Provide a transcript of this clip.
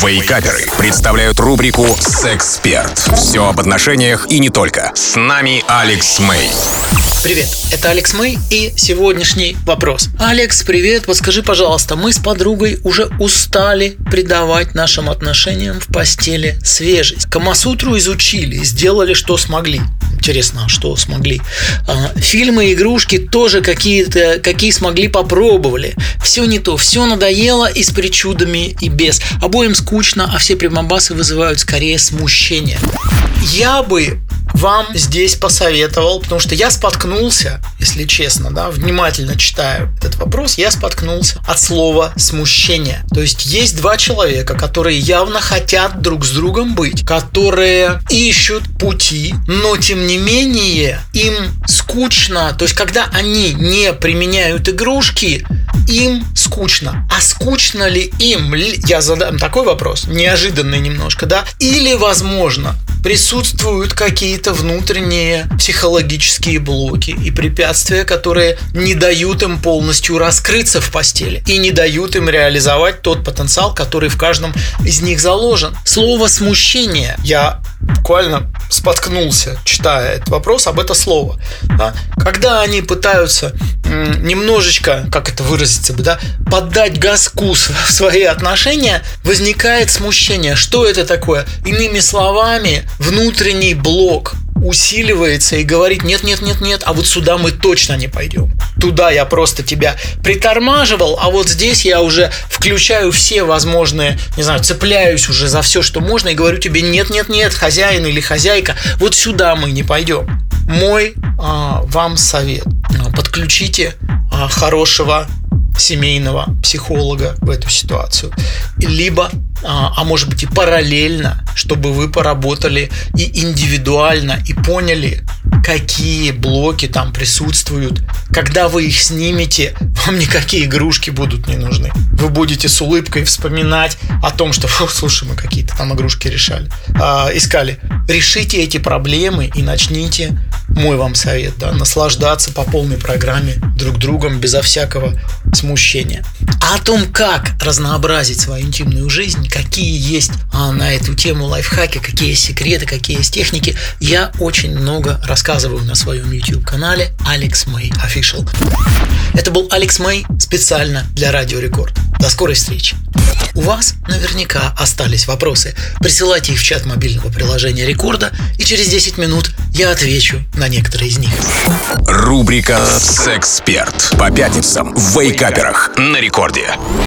Вейкаперы представляют рубрику «Сексперт». Все об отношениях и не только. С нами Алекс Мэй. Привет, это Алекс Мэй и сегодняшний вопрос. Алекс, привет, подскажи, пожалуйста, мы с подругой уже устали придавать нашим отношениям в постели свежесть. Камасутру изучили, сделали, что смогли. Интересно, что смогли? Фильмы, игрушки тоже какие смогли, попробовали. Все не то, все надоело и с причудами, и без. Обоим скучно, а все прямобасы вызывают скорее смущение. Я бы вам здесь посоветовал, потому что я споткнулся, если честно, внимательно читаю этот вопрос, я споткнулся от слова смущение. То есть два человека, которые явно хотят друг с другом быть, которые ищут пути, но тем не менее им скучно. То есть когда они не применяют игрушки, им скучно. А скучно ли им? Я задам такой вопрос, неожиданный немножко, Или, возможно, присутствуют какие-то внутренние психологические блоки и препятствия, которые не дают им полностью раскрыться в постели и не дают им реализовать тот потенциал, который в каждом из них заложен. Слово «смущение» я буквально споткнулся, читая этот вопрос, об это слово. Когда они пытаются немножечко, как это выразиться бы, поддать газку в свои отношения, возникает смущение. Что это такое? Иными словами, внутренний блок усиливается и говорит: нет, а вот сюда мы точно не пойдем. Туда я просто тебя притормаживал, а вот здесь я уже включаю все возможные, цепляюсь уже за все, что можно, и говорю тебе: нет, хозяин или хозяйка, вот сюда мы не пойдем. Мой вам совет: подключите хорошего семейного психолога в эту ситуацию. Либо, может быть и параллельно, чтобы вы поработали и индивидуально, и поняли, какие блоки там присутствуют. Когда вы их снимете, вам никакие игрушки будут не нужны. Вы будете с улыбкой вспоминать о том, что, слушай, мы какие-то там игрушки искали. Решите эти проблемы и начните, мой вам совет, наслаждаться по полной программе друг другом безо всякого смущения. А о том, как разнообразить свою интимную жизнь, какие есть на эту тему лайфхаки, какие есть секреты, какие есть техники, я очень много рассказываю на своем YouTube-канале Алекс Мэй Official. Это был Алекс Мэй специально для Радио Рекорд. До скорой встречи. У вас наверняка остались вопросы. Присылайте их в чат мобильного приложения Рекорда, и через 10 минут я отвечу на некоторые из них. Рубрика «Сексперт» по пятницам в Вейкаперах на Рекорде.